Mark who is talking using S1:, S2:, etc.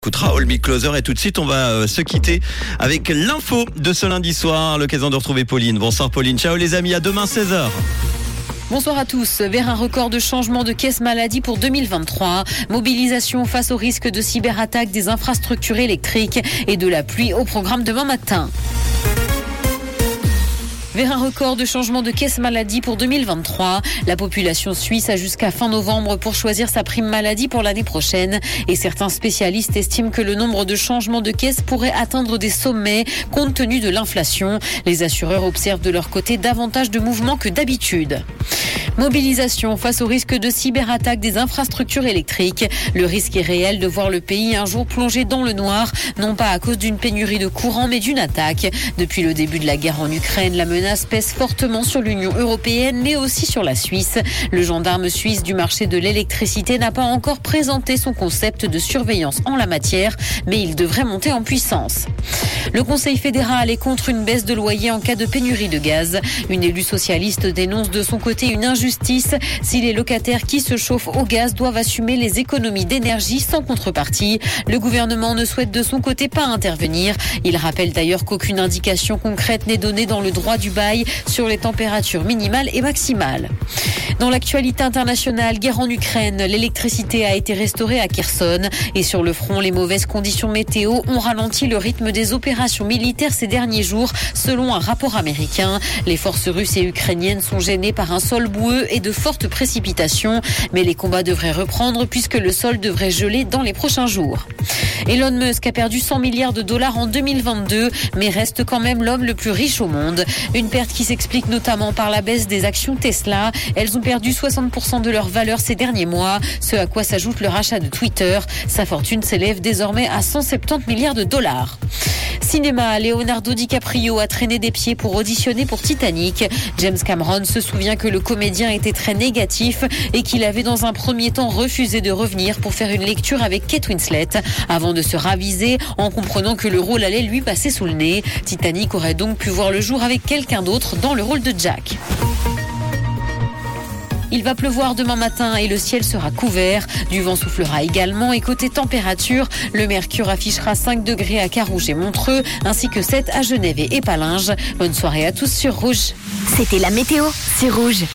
S1: Écoutera All Me Closer et tout de suite on va se quitter avec l'info de ce lundi soir, l'occasion de retrouver Pauline. Bonsoir Pauline, ciao les amis, à demain 16h.
S2: Bonsoir à tous. Vers un record de changement de caisse maladie pour 2023. Mobilisation face au risque de cyberattaque des infrastructures électriques et de la pluie au programme demain matin. Vers un record de changement de caisse maladie pour 2023. La population suisse a jusqu'à fin novembre pour choisir sa prime maladie pour l'année prochaine. Et certains spécialistes estiment que le nombre de changements de caisse pourrait atteindre des sommets compte tenu de l'inflation. Les assureurs observent de leur côté davantage de mouvements que d'habitude. Mobilisation face au risque de cyberattaque des infrastructures électriques. Le risque est réel de voir le pays un jour plongé dans le noir, non pas à cause d'une pénurie de courant, mais d'une attaque. Depuis le début de la guerre en Ukraine, la menace pèse fortement sur l'Union européenne, mais aussi sur la Suisse. Le gendarme suisse du marché de l'électricité n'a pas encore présenté son concept de surveillance en la matière, mais il devrait monter en puissance. Le Conseil fédéral est contre une baisse de loyer en cas de pénurie de gaz. Une élue socialiste dénonce de son côté une injustice si les locataires qui se chauffent au gaz doivent assumer les économies d'énergie sans contrepartie. Le gouvernement ne souhaite de son côté pas intervenir. Il rappelle d'ailleurs qu'aucune indication concrète n'est donnée dans le droit du bail sur les températures minimales et maximales. Dans l'actualité internationale, guerre en Ukraine, l'électricité a été restaurée à Kherson et sur le front, les mauvaises conditions météo ont ralenti le rythme des opérations militaires ces derniers jours, selon un rapport américain. Les forces russes et ukrainiennes sont gênées par un sol boueux et de fortes précipitations, mais les combats devraient reprendre puisque le sol devrait geler dans les prochains jours. Elon Musk a perdu 100 milliards de dollars en 2022, mais reste quand même l'homme le plus riche au monde. Une perte qui s'explique notamment par la baisse des actions Tesla. Elles ont perdu 60% de leur valeur ces derniers mois, ce à quoi s'ajoute le rachat de Twitter. Sa fortune s'élève désormais à 170 milliards de dollars. Cinéma, Leonardo DiCaprio a traîné des pieds pour auditionner pour Titanic. James Cameron se souvient que le comédien était très négatif et qu'il avait dans un premier temps refusé de revenir pour faire une lecture avec Kate Winslet avant de se raviser en comprenant que le rôle allait lui passer sous le nez. Titanic aurait donc pu voir le jour avec quelqu'un d'autre dans le rôle de Jack. Il va pleuvoir demain matin et le ciel sera couvert. Du vent soufflera également et côté température, le mercure affichera 5 degrés à Carouge et Montreux, ainsi que 7 à Genève et Épalinges. Bonne soirée à tous sur Rouge.
S3: C'était la météo sur Rouge.